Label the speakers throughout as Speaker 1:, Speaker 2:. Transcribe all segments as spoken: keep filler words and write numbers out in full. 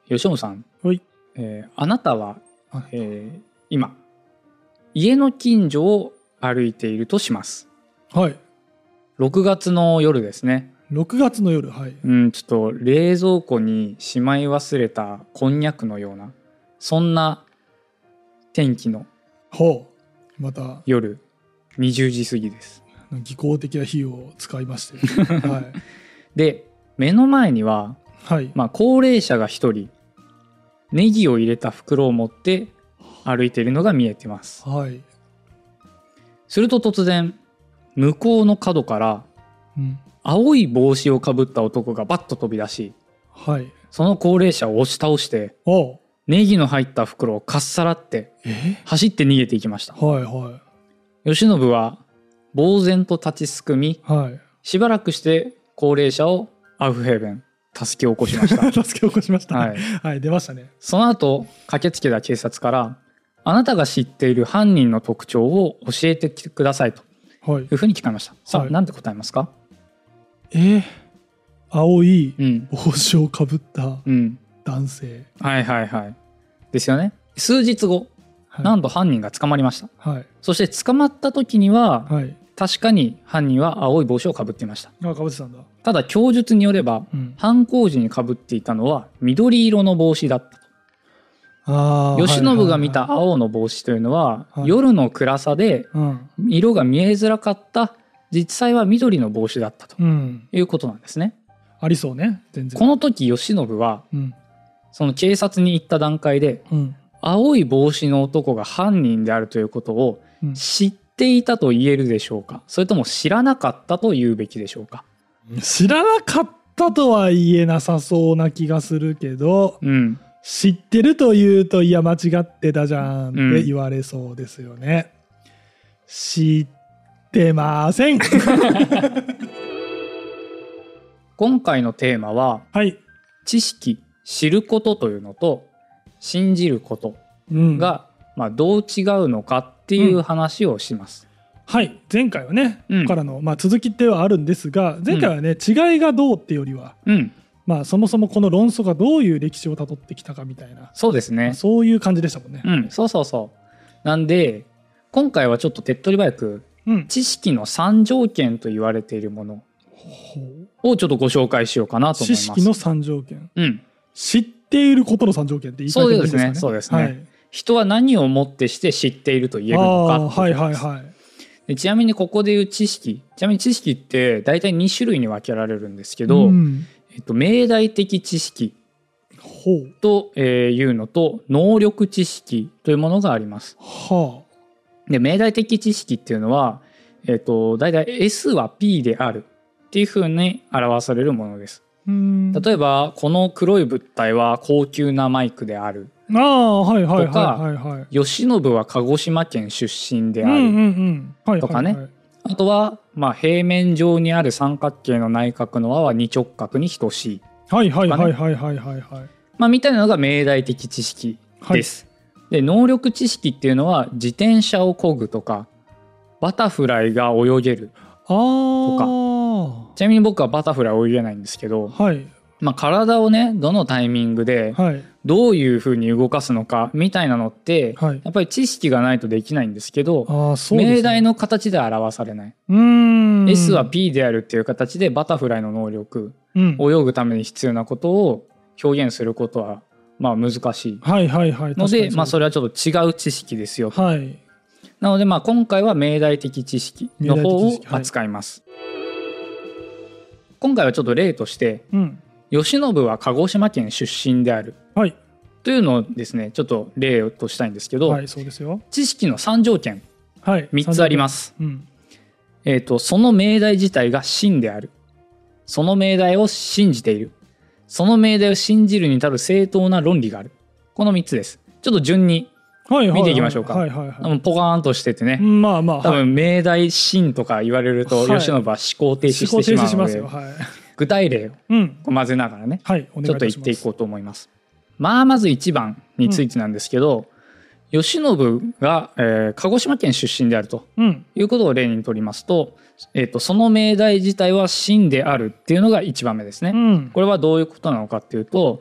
Speaker 1: 吉本さん、
Speaker 2: はい、
Speaker 1: えー、あなたは、えー、今家の近所を歩いているとします。
Speaker 2: はい。
Speaker 1: ろくがつの夜ですね。
Speaker 2: ろくがつの夜、はい。
Speaker 1: うん、ちょっと冷蔵庫にしまい忘れたこんにゃくのようなそんな天気の
Speaker 2: ほう。また
Speaker 1: 夜にじゅうじ過ぎです。
Speaker 2: 技巧的な比喩を使いまして、はい、
Speaker 1: で目の前には、
Speaker 2: はい
Speaker 1: まあ、高齢者が一人ネギを入れた袋を持って歩いているのが見えてます。
Speaker 2: はい。
Speaker 1: すると突然向こうの角から、
Speaker 2: うん、
Speaker 1: 青い帽子をかぶった男がバッと飛び出し、
Speaker 2: はい、
Speaker 1: その高齢者を押し倒して
Speaker 2: お
Speaker 1: ネギの入った袋をかっさらって走って逃げていきました。
Speaker 2: はいはい。
Speaker 1: 慶喜は呆然と立ちすくみ、
Speaker 2: はい、
Speaker 1: しばらくして高齢者をアウフヘーベン助け起こしました
Speaker 2: 助け起こしました、
Speaker 1: はい、
Speaker 2: はい、出ましたね。
Speaker 1: その後駆けつけた警察から、あなたが知っている犯人の特徴を教えてくださいというふうに聞かれました。はい、さあ、はい、何て答えますか？
Speaker 2: えー、青い帽子をかぶった男性、うん、
Speaker 1: はいはいはいですよね。数日後、はい、なんと犯人が捕まりました。はい、そして捕まった時には、はい、確かに犯人は青い帽子をかぶっていました。
Speaker 2: あ、かぶってたんだ。
Speaker 1: ただ供述によれば、うん、犯行時にかぶっていたのは緑色の帽子だったと。あ、慶喜が見た青の帽子というのは、はい、夜の暗さで色が見えづらかった、実際は緑の帽子だったということなんですね。
Speaker 2: うん、ありそうね。全然。
Speaker 1: この時慶喜は、うん、その警察に行った段階で、うん、青い帽子の男が犯人であるということを知っていたと言えるでしょうか、それとも知らなかったと言うべきでしょうか？
Speaker 2: 知らなかったとは言えなさそうな気がするけど、うん、知ってると言うと、いや間違ってたじゃんって言われそうですよね。うん、知ってません
Speaker 1: 今回のテーマは、はい、知識、知ることというのと信じることが、うん、まあ、どう違うのかっていう話をします。
Speaker 2: うん、はい、前回はね、うん、からの、まあ、続きではあるんですが、前回はね、うん、違いがどうってよりは、うん、まあ、そもそもこの論争がどういう歴史をたどってきたかみたいな、
Speaker 1: そうですね、
Speaker 2: まあ、そういう感じでしたもんね。
Speaker 1: うん、そうそうそう。なんで今回はちょっと手っ取り早く、うん、知識のさん条件と言われているものをちょっとご紹介しようかなと思います。
Speaker 2: 知識のさん条件、
Speaker 1: うん、
Speaker 2: 知っていることのさん条件って言い換えてもいいですかね。
Speaker 1: そうですね、そうですね、はい、人は何をもってして知っていると言えるのかっていうことです。はいはいはい。でちなみにここでいう知識、ちなみに知識って大体に種類に分けられるんですけど、うん、えっと、命題的知識というのと能力知識というものがあります。はあ、で命題的知識っていうのは、えっと、大体 S は P であるっていうふうに表されるものです。うん、例えばこの黒い物体は高級なマイクであるとか、慶喜は鹿児島県出身であるとかね、あとはまあ平面上にある三角形の内角の和は二直角に等しいとかね、まあみたいなのが命題的知識です。はい、で能力知識っていうのは自転車を漕ぐとかバタフライが泳げるとか。ちなみに僕はバタフライ泳げないんですけど、はい、まあ、体をねどのタイミングでどういうふうに動かすのかみたいなのって、はい、やっぱり知識がないとできないんですけど、あ、そうですね、命題の形では表されない。うーん S は P であるっていう形でバタフライの能力、うん、泳ぐために必要なことを表現することはまあ難しいので、まあ、それはちょっと違う知識ですよと。はい、なのでまあ今回は命題的知識の方を扱います。はい、今回はちょっと例として、うん、慶喜は鹿児島県出身である、はい、というのをですねちょっと例としたいんですけど、はい、そうですよ。知識のさん条件、はい、みっつあります。うん、えーと、その命題自体が真である、その命題を信じている、その命題を信じるに至る正当な論理がある。このみっつです。ちょっと順に見ていきましょうか。ポカーンとしててね、まあまあ、多分命題真とか言われると、はい、慶喜は思考停止してしまうので、はい、具体例を混ぜながらね、はい、ちょっと言っていこうと思います。まあまずいちばんについてなんですけど、うん、慶喜が、えー、鹿児島県出身であるということを例にとりますと、えーと、その命題自体は真であるっていうのがいちばんめですね。うん、これはどういうことなのかっていうと、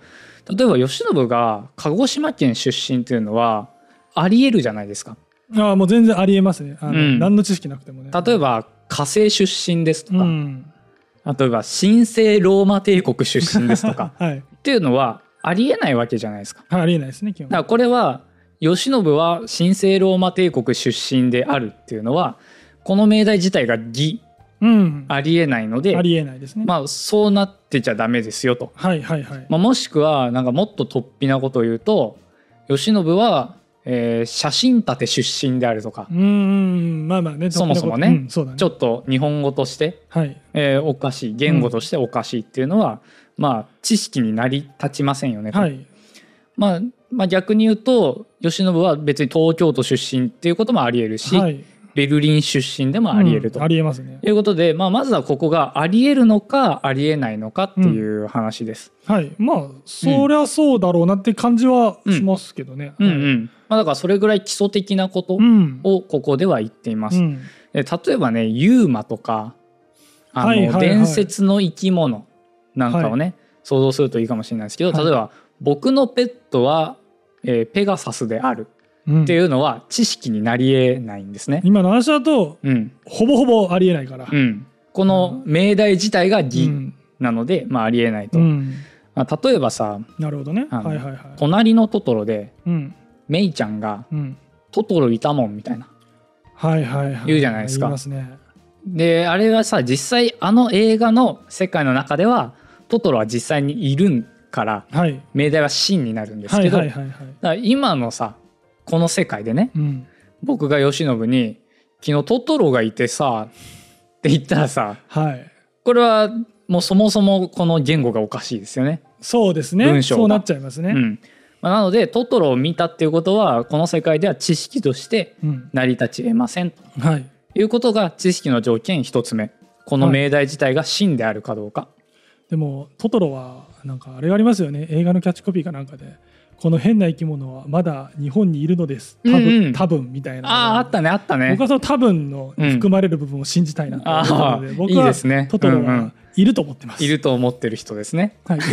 Speaker 1: 例えば慶喜が鹿児島県出身っていうのはありえるじゃないですか。
Speaker 2: ああもう全然ありえますね。あの、うん、何の知識なくてもね。
Speaker 1: 例えば火星出身ですとか、うん、例えば神聖ローマ帝国出身ですとか、はい、っていうのはありえないわけじゃないですか。
Speaker 2: ありえないですね基本。
Speaker 1: だからこれは慶喜は神聖ローマ帝国出身であるっていうのはこの命題自体が偽、うん、ありえないので、
Speaker 2: ありえないですね。
Speaker 1: まあそうなってちゃダメですよと。
Speaker 2: はいはいはい。
Speaker 1: まあ、もしくはなんかもっと突飛なことを言うと慶喜はえー、写真立て出身であるとか、
Speaker 2: うーんまあまあね、
Speaker 1: そもそもね、うんそうだね、ちょっと日本語として、
Speaker 2: はい
Speaker 1: えー、おかしい言語としておかしいっていうのは、うん、まあ知識に成り立ちませんよねと、
Speaker 2: はい
Speaker 1: まあ、まあ逆に言うと慶喜は別に東京都出身っていうこともありえるし、はい、ベルリン出身でもありえると、
Speaker 2: うん、ありえますね。
Speaker 1: いうことで、まあ、まずはここがありえるのかありえないのかっていう話です、
Speaker 2: うん、はいまあそりゃそうだろうなって感じはしますけどね、
Speaker 1: うん、うんうんまあ、だからそれぐらい基礎的なことをここでは言っています、うん、で例えばねユーマとかあの、はいはいはい、伝説の生き物なんかをね、はい、想像するといいかもしれないですけど、例えば、はい、僕のペットは、えー、ペガサスであるっていうのは知識になりえないんですね、
Speaker 2: うん、今の話だと、うん、ほぼほぼありえないから、
Speaker 1: うん、この命題自体が偽なので、うんまあ、ありえないと、うんまあ、例えばさ
Speaker 2: なるほどね、はいはいはい、
Speaker 1: 隣のトトロで、うんメイちゃんが、うん、トトロいたもんみたいな、
Speaker 2: はいはいはい、
Speaker 1: 言うじゃないですか。
Speaker 2: 言いますね。
Speaker 1: であれはさ実際あの映画の世界の中ではトトロは実際にいるから、はい、命題は真になるんですけど、はいはいはいはい、だから今のさこの世界でね、うん、僕が慶喜に昨日トトロがいてさって言ったらさ、はい、これはもうそもそもこの言語がおかしいですよね。
Speaker 2: そうですね。文章がそうなっちゃいますね。うん
Speaker 1: なのでトトロを見たっていうことはこの世界では知識として成り立ち得ませんと、うんはい、いうことが知識の条件一つ目。この命題自体が真であるかどうか、はい、
Speaker 2: でもトトロはなんかあれがありますよね。映画のキャッチコピーかなんかでこの変な生き物はまだ日本にいるのです多分、うんうん、多分みたいな。
Speaker 1: あああったねあったね。
Speaker 2: 僕はその多分の含まれる部分を信じたいなと思うので、うん、僕はトトロはいると思ってます。
Speaker 1: いると思ってる人ですね。はい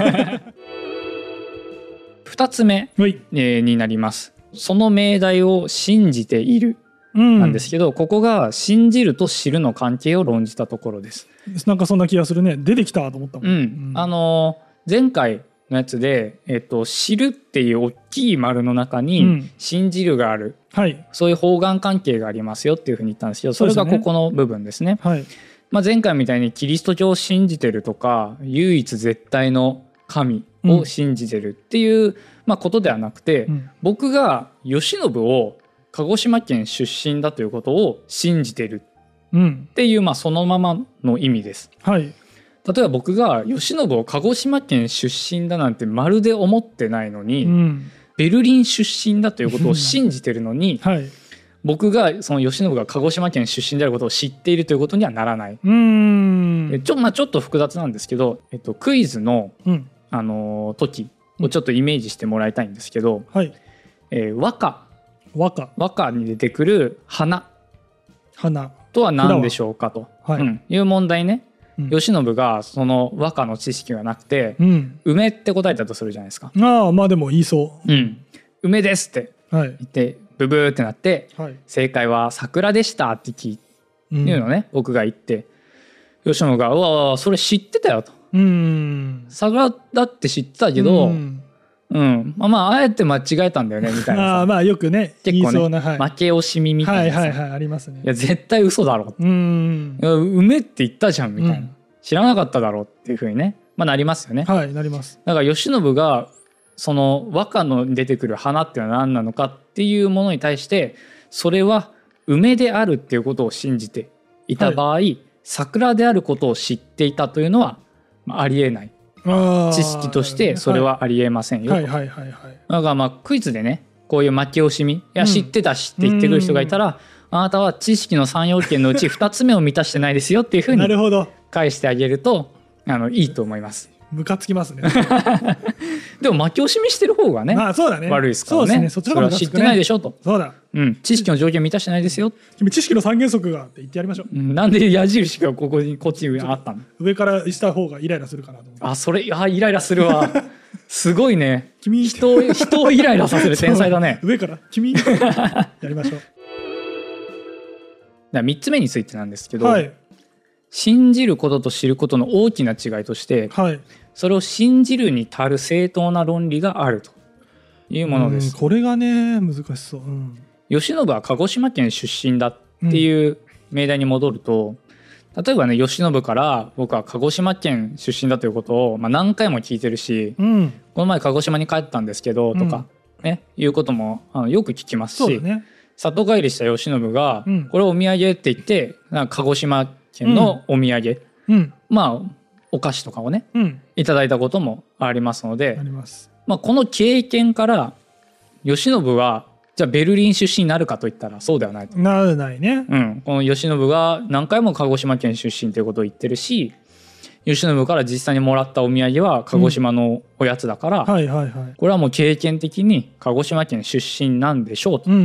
Speaker 1: ふたつめ、えー、になります。その命題を信じているなんですけど、うん、ここが信じると知るの関係を論じたところです。
Speaker 2: なんかそんな気がするね。出てきたと思ったもん、
Speaker 1: うんうん、あの前回のやつで、えっと、知るっていう大きい丸の中に信じるがある、うんはい、そういう包含関係がありますよっていうふうに言ったんですけど、それがここの部分ですね。はいまあ、前回みたいにキリスト教を信じてるとか唯一絶対の神を信じてるっていう、うんまあ、ことではなくて、うん、僕が慶喜を鹿児島県出身だということを信じてるっていう、うんまあ、そのままの意味です、はい、例えば僕が慶喜を鹿児島県出身だなんてまるで思ってないのに、うん、ベルリン出身だということを信じてるのに、はい、僕がその慶喜が鹿児島県出身であることを知っているということにはならない。うーんちょ、まあ、ちょっと複雑なんですけど、えっと、クイズの、うんあのー、時をちょっとイメージしてもらいたいんですけど、はいえー、和歌
Speaker 2: 和歌
Speaker 1: 和歌に出てくる花
Speaker 2: 花
Speaker 1: とは何でしょうかと、はいうん、いう問題ね、うん、慶喜がその和歌の知識がなくて、うん、梅って答えたとするじゃないですか。
Speaker 2: ああまあでも言いそう、うん、
Speaker 1: 梅ですって言って、はい、ブブーってなって、はい、正解は桜でしたって聞いて、うん、いうのね僕が言って慶喜がうわそれ知ってたよとうん桜だって知ってたけど、うんうん、まあまああえて間違えたんだよねみたいな
Speaker 2: あまあよくね
Speaker 1: 結構ね、
Speaker 2: 言いそうな、はい、
Speaker 1: 負け惜しみみたいなさ、
Speaker 2: はいはいはいありますね。
Speaker 1: いや絶対嘘だろうんいや梅って言ったじゃんみたいな、うん、知らなかっただろうっていうふうにね、まあ、なりますよね。
Speaker 2: はいなります。
Speaker 1: だから慶喜がその和歌の出てくる花っていうのは何なのかっていうものに対してそれは梅であるっていうことを信じていた場合、はい、桜であることを知っていたというのはありえない知識としてそれはありえませんよと。だからまあクイズでねこういう負け惜しみいや知ってたしって言ってくる人がいたら、うん、あなたは知識のさん要件のうちふたつめを満たしてないですよっていうふうに返してあげるとあのいいと思います。
Speaker 2: ムカつきますね
Speaker 1: でも負け惜しみしてる方がね、
Speaker 2: まあそうだね、
Speaker 1: 悪いですからね。そうですね、
Speaker 2: そっちの方が
Speaker 1: 知ってないでしょと。
Speaker 2: そうだ、
Speaker 1: うん、知識の条件満たしてないですよ。
Speaker 2: 君知識の三原則がって言ってやりましょう、
Speaker 1: うん、なんで矢印がここにこっちにあったの。
Speaker 2: 上からした方がイライラするかなと思って。
Speaker 1: あ、それあイライラするわすごいね、
Speaker 2: 君
Speaker 1: 人を人をイライラさせる天才だね
Speaker 2: 上から君やりましょう
Speaker 1: みっつめについてなんですけど、
Speaker 2: はい、
Speaker 1: 信じることと知ることの大きな違いとして、
Speaker 2: はい、
Speaker 1: それを信じるに足る正当な論理があるというものです。
Speaker 2: これがね難しそう、うん、
Speaker 1: 慶喜は鹿児島県出身だっていう命題に戻ると、うん、例えばね慶喜から僕は鹿児島県出身だということを、まあ、何回も聞いてるし、うん、この前鹿児島に帰ったんですけどとか、うんね、いうこともあのよく聞きますし、そうだね、里帰りした慶喜が、うん、これをお土産って言ってなんか鹿児島県のお土産、うん、まあお菓子とかをね、うん、いただいたこともありますので、あります、まあ、この経験から慶喜はじゃあベルリン出身になるかといったらそうではないと。
Speaker 2: ならないね、
Speaker 1: うん、この慶喜が何回も鹿児島県出身ということを言ってるし、慶喜から実際にもらったお土産は鹿児島のおやつだから、うんはいはいはい、これはもう経験的に鹿児島県出身なんでしょうという、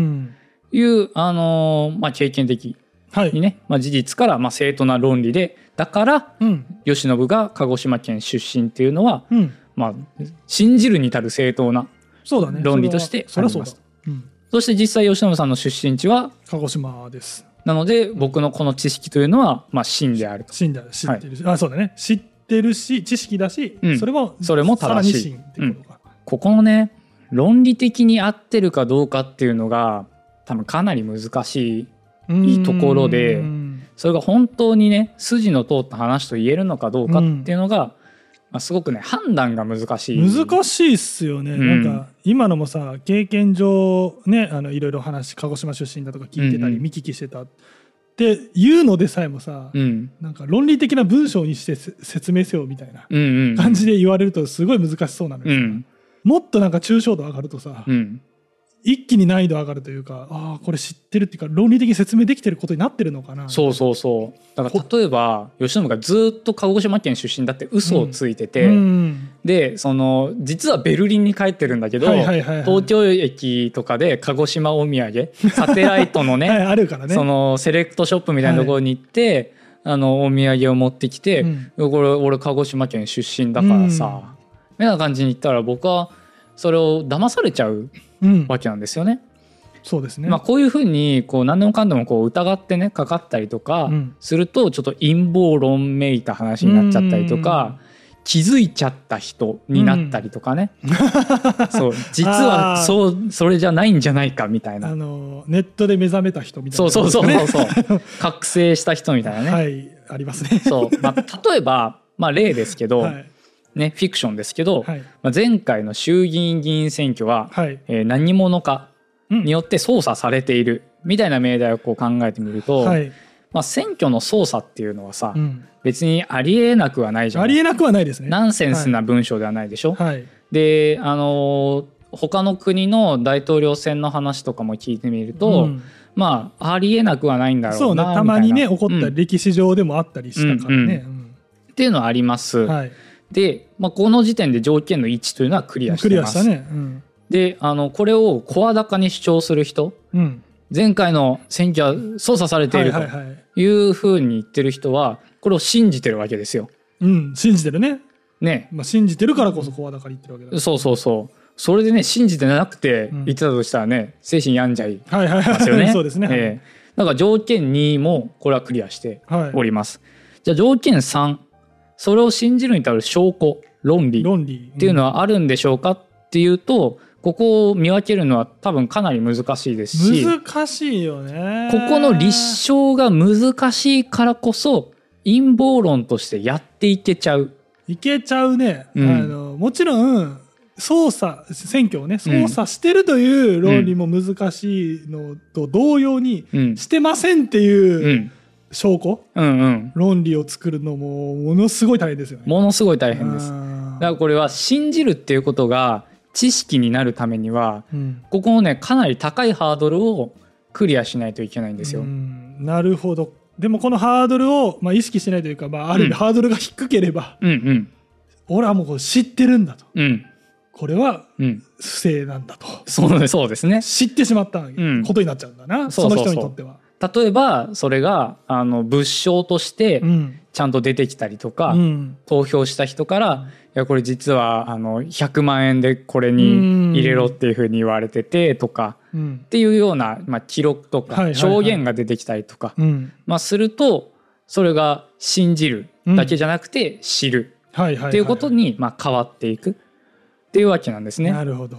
Speaker 1: うんあのーまあ、経験的にね、はいまあ、事実からまあ正当な論理でだから、うん、慶喜が鹿児島県出身っていうのは、うんまあ、信じるに足る正当な論理としてあります。 そ, そ, うん、そして実際慶喜さんの出身地は
Speaker 2: 鹿児島です。
Speaker 1: なので僕のこの知識というのはまあ真であると。
Speaker 2: 真である、知ってるし、はい、あそうだね、知ってるし知識だし、うん、それも
Speaker 1: それも正しいってことか、うん、ここのね論理的に合ってるかどうかっていうのが多分かなり難しいところで、それが本当にね筋の通った話と言えるのかどうかっていうのが、うんまあ、すごくね判断が難しい
Speaker 2: 難しいっすよね、うん、なんか今のもさ経験上ねあのいろいろ話鹿児島出身だとか聞いてたり、うんうん、見聞きしてたっていうのでさえもさ、うん、なんか論理的な文章にして説明せよみたいな感じで言われるとすごい難しそうなのよ、うん、もっとなんか抽象度上がるとさ、うん一気に難易度上がるというか、ああこれ知ってるっていうか論理的に説明できてることになってるのかな。
Speaker 1: そうそうそう。だから例えば慶喜がずっと鹿児島県出身だって嘘をついてて、うん、でその実はベルリンに帰ってるんだけど、はいはいはいはい、東京駅とかで鹿児島お土産サテライトのね
Speaker 2: はいあるからね、
Speaker 1: そのセレクトショップみたいなところに行って、はい、あのお土産を持ってきて、うん、これ俺鹿児島県出身だからさ、うん、みたいな感じに言ったら僕はそれを騙されちゃうわけなんですよね、うん、
Speaker 2: そうですね、
Speaker 1: まあ、こういうふうにこう何でもかんでもこう疑ってねかかったりとかするとちょっと陰謀論めいた話になっちゃったりとか、気づいちゃった人になったりとかね、うん、そう実はそうそれじゃないんじゃないかみたいな、
Speaker 2: あのネットで目覚めた人みたいな、
Speaker 1: ね、そうそうそうそう覚醒した人みたいなね
Speaker 2: はいありますね
Speaker 1: そう、まあ、例えば、まあ、例ですけど、はいね、フィクションですけど、はいまあ、前回の衆議院議員選挙は、はいえー、何者かによって操作されているみたいな命題をこう考えてみると、はいまあ、選挙の操作っていうのはさ、うん、別にありえなくはないじゃん。
Speaker 2: ありえなくはないですね。
Speaker 1: ナンセンスな文章ではないでしょ、はい、であの他の国の大統領選の話とかも聞いてみると、うん、まあありえなくはないんだろうな。
Speaker 2: そうね、たまにね起こった歴史上でもあったりしたからね、うんうんうん、
Speaker 1: っていうのはあります、はいでまあ、この時点で条件のいちというのはクリアしてます。
Speaker 2: クリアしたね、うん、
Speaker 1: であのこれを声高に主張する人、うん、前回の選挙は操作されているというふうに言ってる人はこれを信じてるわけですよ。
Speaker 2: うん、信じてるね。
Speaker 1: ね、
Speaker 2: まあ、信じてるからこそ声高に言ってるわけだ。
Speaker 1: そうそうそう。それでね信じてなくて言ってたとしたらね、うん、精神病んじゃいますよね。
Speaker 2: そうですね。
Speaker 1: えー、だから条件にもこれはクリアしております。はい、じゃあ条件さん。それを信じるに至る証拠論理っていうのはあるんでしょうかっていうと、ここを見分けるのは多分かなり難しいですし、
Speaker 2: 難しいよね。
Speaker 1: ここの立証が難しいからこそ陰謀論としてやっていけちゃう
Speaker 2: いけちゃうね、うん、あのもちろん操作選挙をね操作してるという論理も難しいのと同様に、うん、してませんっていう、うん証拠、うんうん、論理を作るのもものすごい大変ですよね。
Speaker 1: ものすごい大変です。だからこれは信じるっていうことが知識になるためには、うん、ここのねかなり高いハードルをクリアしないといけないんですよ。うん、
Speaker 2: なるほど。でもこのハードルを、まあ、意識しないというか、まあ、ある意味ハードルが低ければ、うんうん、 俺はもうこれ知ってるんだと、
Speaker 1: うん、
Speaker 2: これは不正なんだと、
Speaker 1: うん、そう、そうですね、
Speaker 2: 知ってしまったことになっちゃうんだな、うん、その人にとっては。
Speaker 1: 例えばそれがあの物証としてちゃんと出てきたりとか、うん、投票した人から、うん、いやこれ実はあのひゃくまんえんでこれに入れろっていうふうに言われててとか、うん、っていうような、まあ、記録とか証言が出てきたりとか、まあ、するとそれが信じるだけじゃなくて知るっていうことにまあ変わっていくっていうわけなんですね。
Speaker 2: なるほど。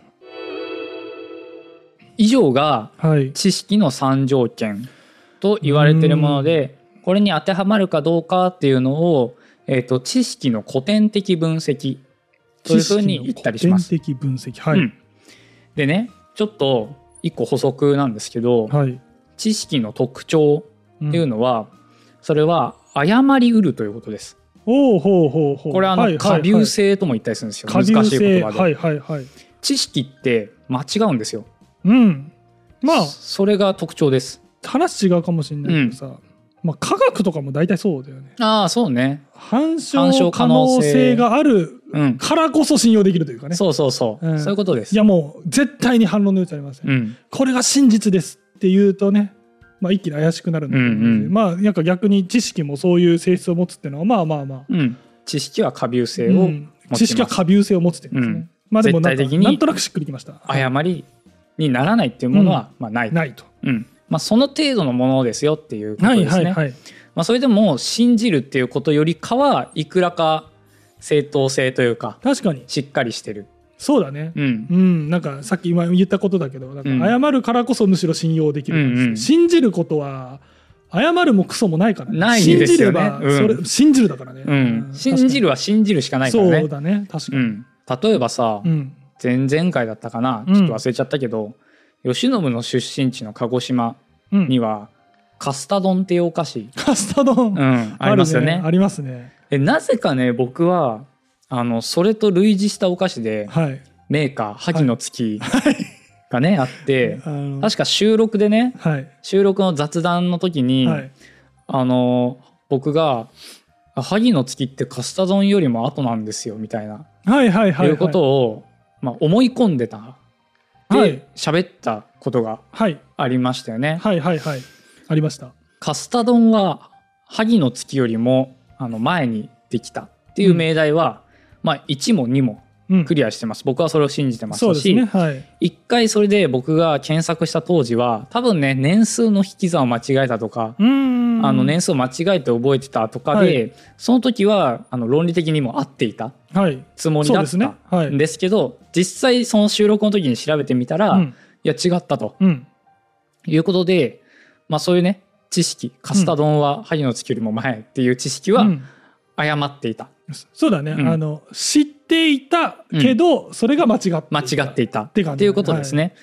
Speaker 1: 以上が知識の三条件と言われているもので、これに当てはまるかどうかっていうのを、えーと、知識の古典的分析というふうに言ったりします。
Speaker 2: 知識の古典的分析、はい、うん、
Speaker 1: でね、ちょっと一個補足なんですけど、はい、知識の特徴っていうのは、うん、それは誤りうるということです。
Speaker 2: ほうほうほうほう。
Speaker 1: これはあの、はいはいはい、過流性とも言ったりするんですよ。難しい言葉で、
Speaker 2: はいはいはい、
Speaker 1: 知識って間違うんですよ。
Speaker 2: うん、まあ
Speaker 1: それが特徴です。
Speaker 2: 話違うかもしれないけどさ、うん、まあ、科学とかも大体そうだよね。
Speaker 1: ああ、そうね。
Speaker 2: 反証可能性があるからこそ信用できるというかね、うん、
Speaker 1: そうそうそう、うん、そういうことです。
Speaker 2: いやもう絶対に反論の余地ありません、うん、これが真実ですって言うとね、まあ、一気に怪しくなるんだと思うので、うんうん、まあなんか逆に知識もそういう性質を持つっていうのはまあまあまあ、うん、
Speaker 1: 知識は過敏性を持ってます、
Speaker 2: 知識は過敏性を持つっていうんですね、うん、まあでもなんか
Speaker 1: 絶対的に
Speaker 2: なんとなくしっくりきました。
Speaker 1: 誤りにならないっていうものはまあない、うん、
Speaker 2: ないと、
Speaker 1: うん、まあ、その程度のものですよっていうことですね、はいはいはい、まあ、それでも信じるっていうことよりかはいくらか正当性というか
Speaker 2: 確かに
Speaker 1: しっかりしてる。
Speaker 2: そうだね、うんうん、なんかさっき今言ったことだけどなんか謝るからこそむしろ信用できるんです、うんうん、信じることは謝るもクソもないからね。
Speaker 1: ないですよね。信じればそれ、
Speaker 2: うん、信じるだからね、
Speaker 1: うん、信じるは信じるしかないからね。
Speaker 2: そうだね、確かに、うん、
Speaker 1: 例えばさ、うん、前々回だったかな、ちょっと忘れちゃったけど、うん、慶喜の出身地の鹿児島には、うん、カスタ丼っていうお菓子
Speaker 2: カスタ丼、
Speaker 1: うん、ありますよね。
Speaker 2: ありますね。
Speaker 1: えなぜかね僕はあのそれと類似したお菓子で、はい、メーカー萩の月がね、はい、あって確か収録でね、はい、収録の雑談の時に、はい、あの僕が萩の月ってカスタ丼よりも後なんですよみたいな、はいはいはいはい、いうことを、まあ、思い込んでたで喋ったことがありましたよね、
Speaker 2: はい、はいはいはいありました。
Speaker 1: カスタ丼は萩の月よりもあの前にできたっていう命題は、うん、まあいちもにもクリアしてます、うん、僕はそれを信じてますし、ねはい、いっかいそれで僕が検索した当時は多分ね年数の引き算を間違えたとかあの年数を間違えて覚えてたとかで、はい、その時はあの論理的にも合っていたつもりだったんですけど、はいねはい、実際その収録の時に調べてみたら、うん、いや違ったと、うん、いうことで、まあ、そういうね知識カスタ丼は萩の月よりも前っていう知識は誤っていた、
Speaker 2: うん、そうだね、うん、あの知っていたけど、うん、それが間違っていた
Speaker 1: 間違っていたっていうことですね、はい、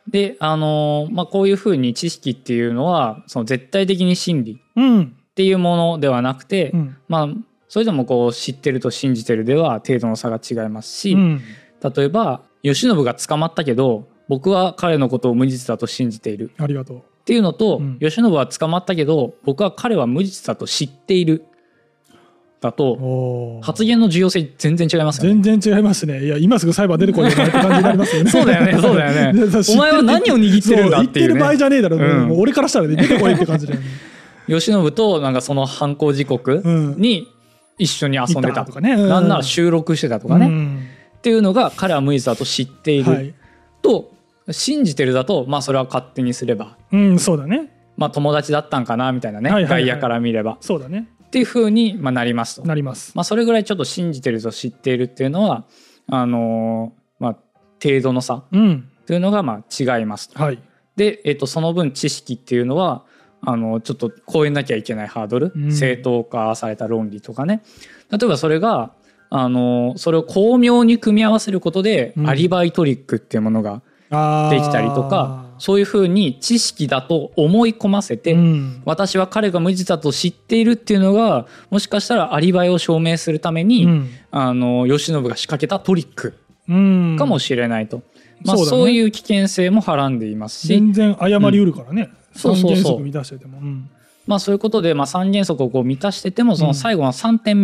Speaker 1: であの、まあ、こういうふうに知識っていうのはその絶対的に真理っていうものではなくて、うん、まあそれでもこう知ってると信じてるでは程度の差が違いますし、うん、例えば慶喜が捕まったけど僕は彼のことを無実だと信じている
Speaker 2: ありがとう
Speaker 1: っていうのと、うん、慶喜は捕まったけど僕は彼は無実だと知っているだと発言の重要性全然違いますよね。
Speaker 2: 全然違いますね。いや今すぐ裁判出てこいよって感じになりますよね
Speaker 1: そうだよねそうだよねお前は何を握ってるんだっていう、ね、
Speaker 2: 言ってる場合じゃねえだろ、うん、もう俺からしたら、ね、出てこいって感じだよね
Speaker 1: 慶喜となんかその犯行時刻に一緒に遊んでたとかね、うん、なんなら収録してたとかね、うん、っていうのが彼は無実だと知っている、はい、と信じてるだとまあそれは勝手にすれば、
Speaker 2: うん、そうだね、
Speaker 1: まあ、友達だったんかなみたいなね、はいはいはい、外野から見れば
Speaker 2: そうだね
Speaker 1: っていう風にまあなりますと
Speaker 2: なります、
Speaker 1: まあ、それぐらいちょっと信じてると知っているっていうのはあのー、まあ程度の差というのがまあ違いますと、うんはい、で、えー、とその分知識っていうのはあのちょっと超えなきゃいけないハードル、うん、正当化された論理とかね、例えばそれがあのそれを巧妙に組み合わせることで、うん、アリバイトリックっていうものができたりとか、そういうふうに知識だと思い込ませて、うん、私は彼が無実だと知っているっていうのがもしかしたらアリバイを証明するために、うん、あの慶喜が仕掛けたトリックかもしれないと、うんまあ、そうだね、そういう危険性もはらんでいますし
Speaker 2: 全然誤りうるからね、うん、さん原則満たしてても、うん、
Speaker 1: まあ、そういうことで、まあ、さん原則をこう満たしててもその最後のさんてんめ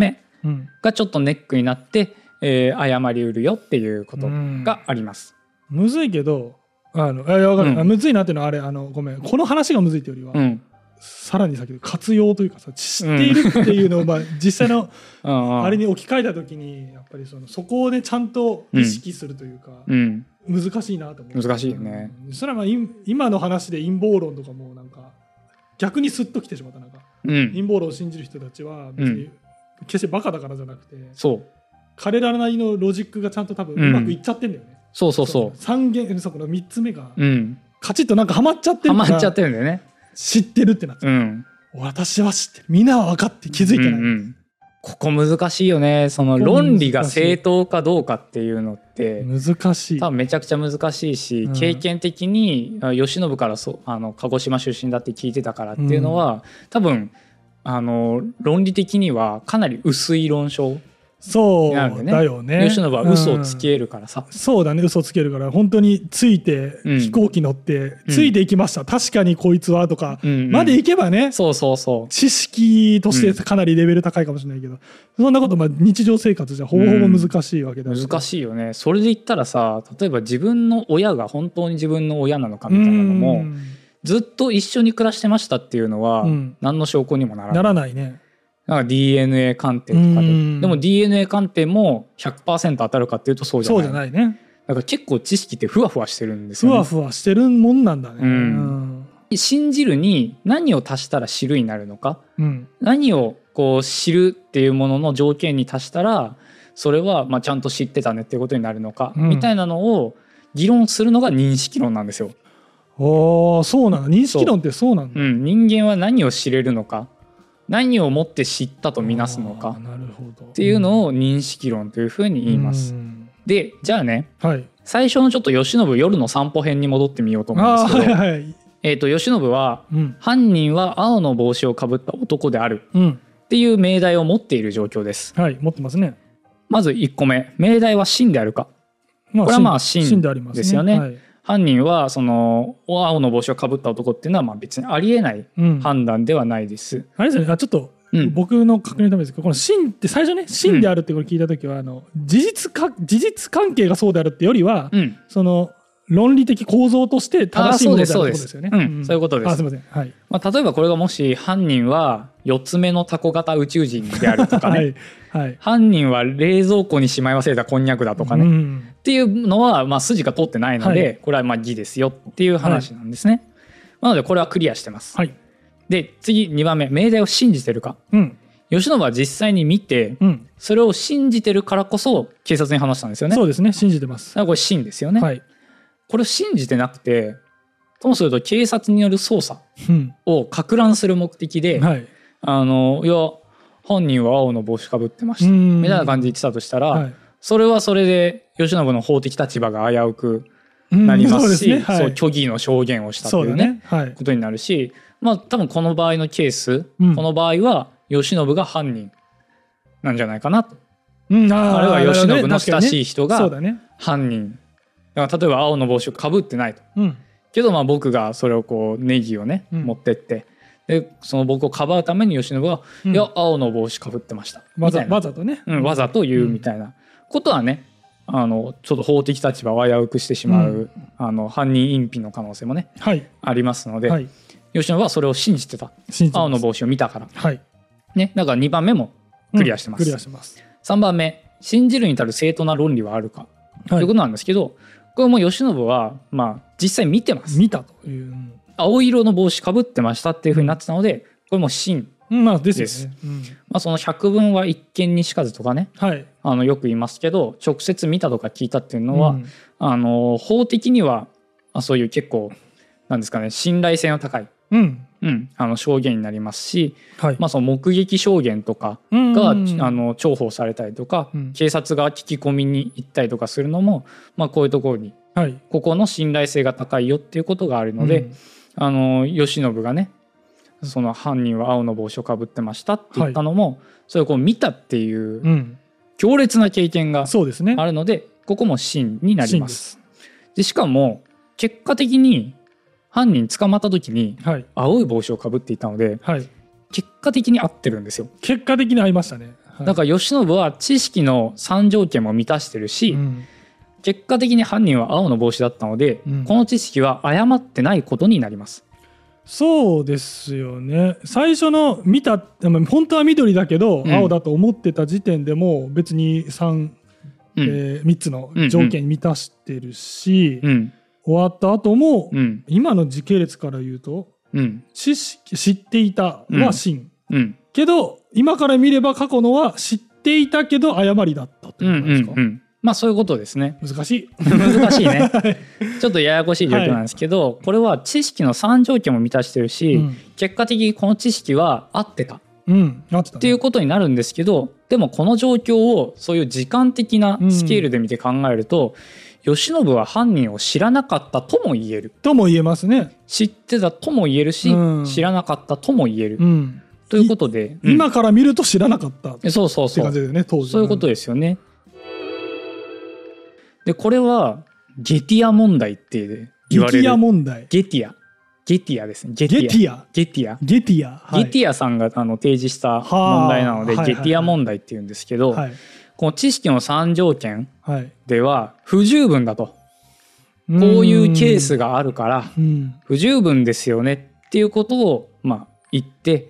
Speaker 1: がちょっとネックになって、えー、誤りうるよっていうことがあります。
Speaker 2: うん、むずいけどあのあ分かる、うん、むずいなっていうのはあれあのごめんこの話がむずいっていうよりは、うん、さらに先で活用というかさ知っているっていうのを、まあ、実際のあれに置き換えた時にやっぱりそのそこをねちゃんと意識するというか、うんうん、難しいなと思う。
Speaker 1: 難しいよね。
Speaker 2: それはまあ今の話で陰謀論とかもなんか逆にスッときてしまったなんか、うん、陰謀論を信じる人たちは別に決してバカだからじゃなくて、うん、そう彼らなりのロジックがちゃんと多分うまくいっちゃってんだよね、うん、
Speaker 1: そうそうそう
Speaker 2: 三元そこのみっつめが、うん、カチッとなんかハマっちゃってるから
Speaker 1: ハマっちゃってるんだよね。
Speaker 2: 知ってるってなって、うん、私は知ってるみんなは分かって気づいてない、うんうん、
Speaker 1: ここ難しいよね。その論理が正当かどうかっていうのって
Speaker 2: 難しい
Speaker 1: 多分めちゃくちゃ難しいし、うん、経験的に慶喜からそあの鹿児島出身だって聞いてたからっていうのは、うん、多分あの論理的にはかなり薄い論証
Speaker 2: そうだよね。
Speaker 1: 慶喜は嘘をつけるからさ、
Speaker 2: うん、そうだね嘘つけるから本当について、うん、飛行機乗ってついていきました、うん、確かにこいつはとか、うんうん、までいけばね、
Speaker 1: そうそうそう
Speaker 2: 知識としてかなりレベル高いかもしれないけど、うん、そんなことまあ日常生活じゃほぼほぼ難しいわけだ、
Speaker 1: うん、難しいよね。それで言ったらさ例えば自分の親が本当に自分の親なのかみたいなのも、うん、ずっと一緒に暮らしてましたっていうのは、うん、何の証拠にもならない。
Speaker 2: ならないね。
Speaker 1: なんか ディーエヌエー 鑑定とかででも ディーエヌエー 鑑定も ひゃくパーセント 当たるかっていうとそうじゃない。
Speaker 2: そうじゃないね。
Speaker 1: だから結構知識ってふわふわしてるんですよ
Speaker 2: ね。ふわふわしてるもんなんだね、うん
Speaker 1: うん、信じるに何を足したら知るになるのか、うん、何をこう知るっていうものの条件に足したらそれはまあちゃんと知ってたねっていうことになるのか、うん、みたいなのを議論するのが認識論なんですよ。
Speaker 2: ああそうなの。認識論ってそうなんだ、
Speaker 1: うん、人間は何を知れるのか何をもって知ったとみなすのかっていうのを認識論というふうに言います。でじゃあね、はい、最初のちょっと慶喜夜の散歩編に戻ってみようと思うんですけど、はいはい、えーと、慶喜は、うん、犯人は青の帽子をかぶった男であるっていう命題を持っている状況です、
Speaker 2: はい、持ってますね。
Speaker 1: まずいっこめ命題は真であるか、まあ、これはまあ真ですよね。はい、犯人はその青の帽子をかぶった男っていうのはまあ別にありえない判断ではないです、うん、
Speaker 2: あれですよね。あちょっと僕の確認のためですけど、この真って最初ね真であるってこれ聞いた時はあの事実か事実関係がそうであるってよりは、うん、その論理的構造として正しいものであるってことですよね。
Speaker 1: そういうことです。
Speaker 2: あすみません、はい。
Speaker 1: まあ、例えばこれがもし犯人はよっつめのタコ型宇宙人であるとかね、はいはい、犯人は冷蔵庫にしまい忘れたこんにゃくだとかね、うん、っていうのはまあ筋が通ってないので、はい、これはまあ偽ですよっていう話なんですね、はい、なのでこれはクリアしてます、はい、で次にばんめ命題を信じてるか、うん、慶喜は実際に見て、うん、それを信じてるからこそ警察に話したんですよね。
Speaker 2: そうですね信じてます。
Speaker 1: だからこれ真ですよね、はい、これを信じてなくてともすると警察による捜査を攪乱する目的で、うんはい、あのいや犯人は青の帽子かぶってましたみたいな感じで言ってたとしたら、はい、それはそれで慶喜の法的立場が危うくなりますし、うん そうですねはい、そう虚偽の証言をしたというね、ねはい、ことになるし、まあ多分この場合のケース、うん、この場合は慶喜が犯人なんじゃないかなと、うん、あ, あるいは慶喜の親しい人が犯人だから例えば青の帽子をかぶってないと、うん、けどまあ僕がそれをこうネギをね、うん、持ってってでその僕をかばうために慶喜は、うん、いや青の帽子かぶってました
Speaker 2: わ ざ, わざとね、
Speaker 1: うん、わざと言うみたいなことはね、うん、あのちょっと法的立場を危うくしてしまう、うん、あの犯人隠避の可能性もね、はい、ありますので、はい、慶喜はそれを信じてた青の帽子を見たから、はいね、だからにばんめもクリアしてます、うん、クリアしてます。さんばんめ信じるに至る正当な論理はあるか、はい、ということなんですけどこれも慶喜はまあ実際見てます。
Speaker 2: 見たという、うん、
Speaker 1: 青色の帽子かぶってましたっていう風になってたのでこれも真です。ですよね。うんまあ、その百聞は一見にしかずとかね、はい、あのよく言いますけど直接見たとか聞いたっていうのは、うん、あの法的にはそういう結構なんですかね信頼性の高い、うんうん、あの証言になりますし、はいまあ、その目撃証言とかがあの重宝されたりとか、うん、警察が聞き込みに行ったりとかするのも、まあ、こういうところに、はい、ここの信頼性が高いよっていうことがあるので、うん、あの慶喜がねその犯人は青の帽子をかぶってましたって言ったのも、はい、それをこう見たっていう強烈な経験があるので、うん、ここも真になります。でしかも結果的に犯人捕まった時に青い帽子をかぶっていたので、はい、結果的に合ってるんですよ。
Speaker 2: 結果的に合いましたね。
Speaker 1: はい、だから慶喜は知識のさん条件も満たしてるし、うん、結果的に犯人は青の帽子だったので、うん、この知識は誤ってないことになります。
Speaker 2: そうですよね。最初の見た本当は緑だけど青だと思ってた時点でも別に 3,、うんえー、みっつの条件満たしてるし、うんうん、終わった後も、うん、今の時系列から言うと、うん、知識知っていたは真、うんうん、けど今から見れば過去のは知っていたけど誤りだったってことですか。うんうんうん、
Speaker 1: まあそういうことですね。
Speaker 2: 難しい
Speaker 1: 難しいねちょっとややこしい状況なんですけど、はい、これは知識のさん条件も満たしてるし、うん、結果的にこの知識は合ってた、うん、合ってたねっていうことになるんですけど、でもこの状況をそういう時間的なスケールで見て考えると、うん、慶喜は犯人を知らなかったとも言える
Speaker 2: とも言えますね。
Speaker 1: 知ってたとも言えるし、うん、知らなかったとも言える、うん、ということで、
Speaker 2: うん、今から見ると知らなかったって
Speaker 1: そうそうそう
Speaker 2: 感じだよね、当時。
Speaker 1: そういうことですよね。でこれはゲティア問題って言われる。
Speaker 2: ゲティア問題。
Speaker 1: ゲティアゲティアですね。ゲ
Speaker 2: ティア
Speaker 1: ゲティア
Speaker 2: ゲティア、
Speaker 1: はい、ゲティアさんがあの提示した問題なので、ゲティア問題っていうんですけど、はい、この知識のさん条件では不十分だと、はい、こういうケースがあるから不十分ですよねっていうことをまあ言って、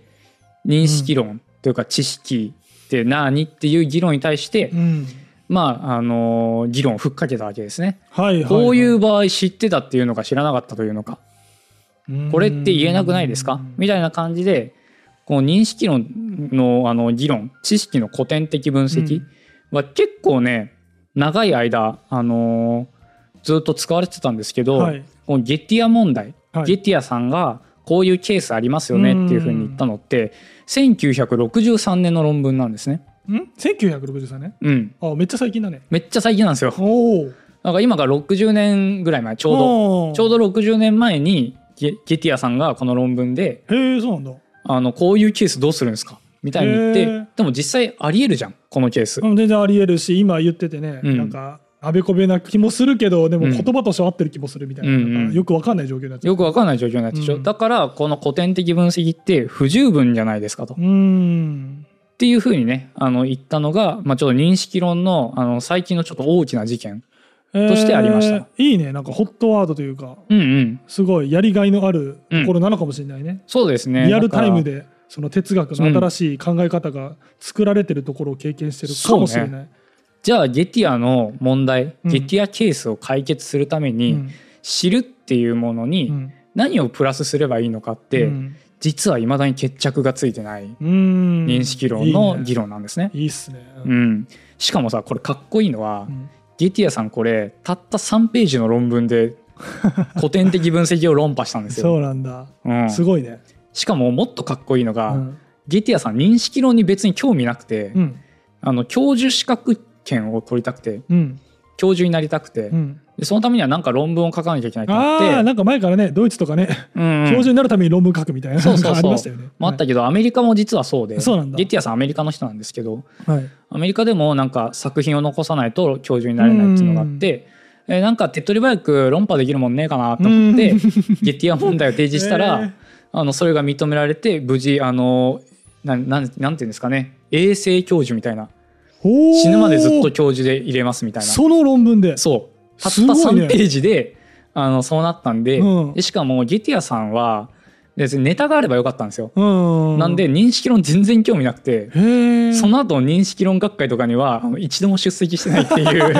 Speaker 1: 認識論というか知識って何っていう議論に対して、うんまああの議論をふっかけたわけですね、はいはいはい、こういう場合知ってたっていうのか知らなかったというのか、これって言えなくないですかみたいな感じで、この認識論 の, あの議論、知識の古典的分析は結構ね長い間、あのずっと使われてたんですけど、はい、このゲティア問題、はい、ゲティアさんがこういうケースありますよねっていうふうに言ったのってせんきゅうひゃくろくじゅうさんねんの論文なんですね。
Speaker 2: んせんきゅうひゃくろくじゅうさんねん、うん、あめっちゃ最近だね。
Speaker 1: めっちゃ最近なんですよ。おなんか今からろくじゅうねんぐらい前、ちょうどちょうどろくじゅうねんまえにゲ, ゲティアさんがこの論文で、
Speaker 2: へえそうなんだ、
Speaker 1: あのこういうケースどうするんですかみたいに言って、でも実際ありえるじゃんこのケース。
Speaker 2: 全然ありえるし、今言っててね、うん、なんかあべこべな気もするけど、でも言葉として合ってる気もするみたいな、うん、なんかよくわかんない状況になっちゃう。
Speaker 1: よくわかんない状況になっちゃう、うん、だからこの古典的分析って不十分じゃないですかと、うんっていうふうにねあの言ったのが、まあ、ちょっと認識論 の, あの最近のちょっと大きな事件としてありました、えー、
Speaker 2: いいね。なんかホットワードというか、うんうん、すごいやりがいのあるところなのかもしれないね、うん、
Speaker 1: そうですね。
Speaker 2: リアルタイムでその哲学の新しい考え方が作られてるところを経験してるかもしれない、うんね、
Speaker 1: じゃあゲティアの問題、うん、ゲティアケースを解決するために、うん、知るっていうものに何をプラスすればいいのかって、うん、実は未だに決着がついてない認識論の議論なんですね。
Speaker 2: いいっすね、
Speaker 1: うん、しかもさこれかっこいいのは、うん、ゲティアさんこれたったさんページの論文で古典的分析を論破したんですよ。
Speaker 2: そうなんだ、うん、すごいね。
Speaker 1: しかももっとかっこいいのが、うん、ゲティアさん認識論に別に興味なくて、うん、あの教授資格権を取りたくて、うん、教授になりたくて、うん、でそのためにはなんか論文を書かなきゃいけないと思って、
Speaker 2: あなんか前からねドイツとかね、うんうん、教授になるために論文書くみたいなのがありましたよね。
Speaker 1: もあったけど、はい、アメリカも実はそうで、そうなんだ。ゲティアさんアメリカの人なんですけど、はい、アメリカでもなんか作品を残さないと教授になれないっていうのがあって、えー、なんか手っ取り早く論破できるもんねえかなと思ってゲティア問題を提示したら、えー、あのそれが認められて無事あのな な, なんていうんですかね、永世教授みたいな、死ぬまでずっと教授で入れますみたいな、
Speaker 2: その論文で
Speaker 1: そうたったさんページで、あのそうなったんで、うん、でしかもゲティアさんは別にネタがあればよかったんですよ、うん、なんで認識論全然興味なくて、その後認識論学会とかには一度も出席してないって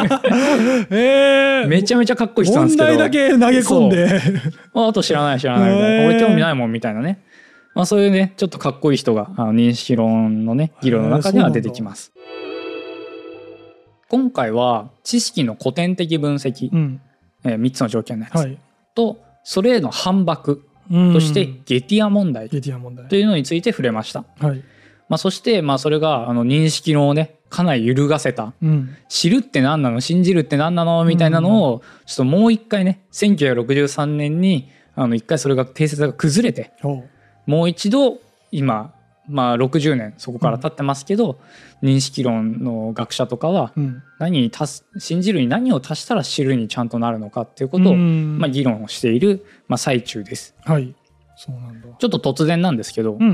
Speaker 1: いうめちゃめちゃかっこいい人なんですけど、
Speaker 2: 問題だけ投げ込んで
Speaker 1: あと知らない知らないみたいな、俺興味ないもんみたいなね、まあ、そういうねちょっとかっこいい人があの認識論のね議論の中では出てきます。今回は知識の古典的分析、うんえー、みっつの条件のやつ、はい、とそれへの反駁としてゲティア問題というのについて触れました、はいまあ、そして、まあ、それがあの認識論をねかなり揺るがせた、うん、知るって何なの信じるって何なのみたいなのをちょっともう一回ねせんきゅうひゃくろくじゅうさんねんにあの一回それが定説が崩れて、もう一度今まあろくじゅうねんそこから経ってますけど、うん、認識論の学者とかは何に足す信じるに何を足したら知るにちゃんとなるのかっていうことをまあ議論をしているまあ最中です。
Speaker 2: はい、そうなんだ。
Speaker 1: ちょっと突然なんですけど、うん、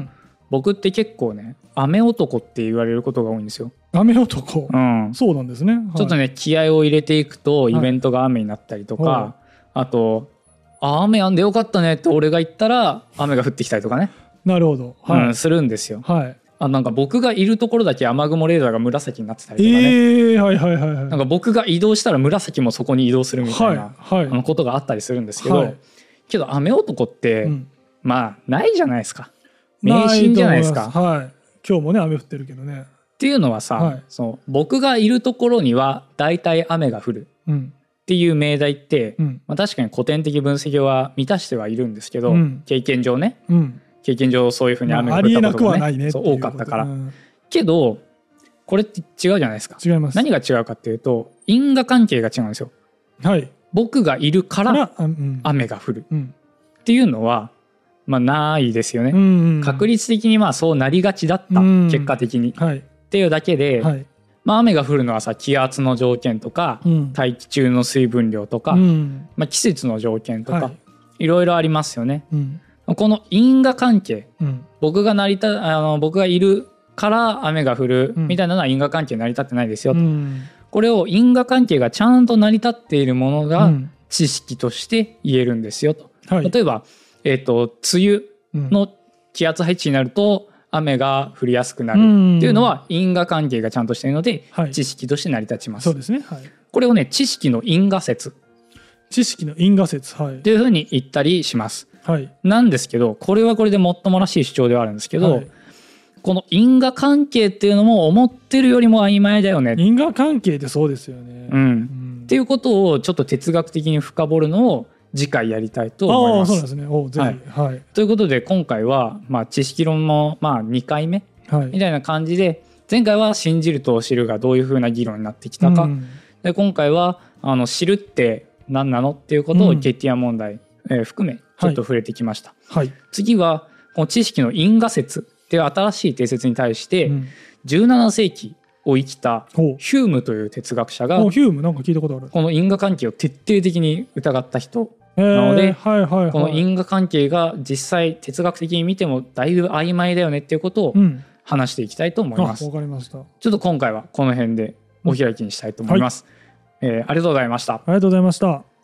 Speaker 1: 僕って結構ね雨男って言われることが多いんですよ。
Speaker 2: 雨男、
Speaker 1: うん、
Speaker 2: そうなんですね、はい、
Speaker 1: ちょっとね気合を入れていくとイベントが雨になったりとか、はい、あとあ雨やんでよかったねって俺が言ったら雨が降ってきたりとかね
Speaker 2: なるほど、
Speaker 1: はい、うん、するんですよ、
Speaker 2: はい、
Speaker 1: あなんか僕がいるところだけ雨雲レーダーが紫になってたりとかね、
Speaker 2: えーはいはいはいはい、
Speaker 1: なんか僕が移動したら紫もそこに移動するみたいな、
Speaker 2: はいはい、
Speaker 1: あのことがあったりするんですけど、はい、けど雨男って、うん、まあないじゃないですか。迷信じゃないですか。
Speaker 2: はい、今日もね雨降ってるけどね。
Speaker 1: っていうのはさ、はい、そう僕がいるところには大体雨が降るっていう命題って、うんまあ、確かに古典的分析は満たしてはいるんですけど、うん、経験上ね、うん、経験上そういうふうに雨が降ったことが、ねね、そう多かったから、うん、けどこれって違うじゃないですか。
Speaker 2: 違います。
Speaker 1: 何が違うかっていうと因果関係が違うんですよ。
Speaker 2: はい、僕
Speaker 1: がいるから雨が降るっていうのは、まあ、ないですよね、うんうん、確率的にまあそうなりがちだった、うん、結果的に、はい、っていうだけで、はいまあ、雨が降るのはさ気圧の条件とか、うん、大気中の水分量とか、うんまあ、季節の条件とか、はい、いろいろありますよね、うん、この因果関係、うん、僕が成り立あの僕がいるから雨が降るみたいなのは因果関係成り立ってないですよと、うん、これを因果関係がちゃんと成り立っているものが知識として言えるんですよと、はい、例えばえーと、梅雨の気圧配置になると雨が降りやすくなるっていうのは因果関係がちゃんとしているので知識として成り立ちます、
Speaker 2: はい、そうですね、はい、
Speaker 1: これをね知識の因果説
Speaker 2: 知識の因果説、はい、
Speaker 1: っていうふうに言ったりします、
Speaker 2: はい、
Speaker 1: なんですけどこれはこれでもっともらしい主張ではあるんですけど、はい、この因果関係っていうのも思ってるよりも曖昧だよね。
Speaker 2: 因果関係ってそうですよね、
Speaker 1: うんうん、っていうことをちょっと哲学的に深掘るのを次回やりたいと思います。
Speaker 2: ああ、そうなんですね。おぜひ、はいはい、
Speaker 1: ということで今回は、まあ、知識論の、まあ、にかいめみたいな感じで、前回は信じると知るがどういうふうな議論になってきたか、うん、で今回はあの知るって何なのっていうことをゲッティア問題、うんえー、含めちょっと触れてきました、はいはい、次はこの知識の因果説っていう新しい定説に対して、うん、じゅうななせいきを生きたヒュームという哲学者が
Speaker 2: ヒュームなんか聞いたことある。
Speaker 1: この因果関係を徹底的に疑った人なので、はいはいはい、この因果関係が実際哲学的に見てもだいぶ曖昧だよねっていうことを話していきたいと思います、
Speaker 2: うん、あ、わかりました。
Speaker 1: ちょっと今回はこの辺でお開きにしたいと思います、うんはい、えー、ありがとうございました。
Speaker 2: ありがとうございました。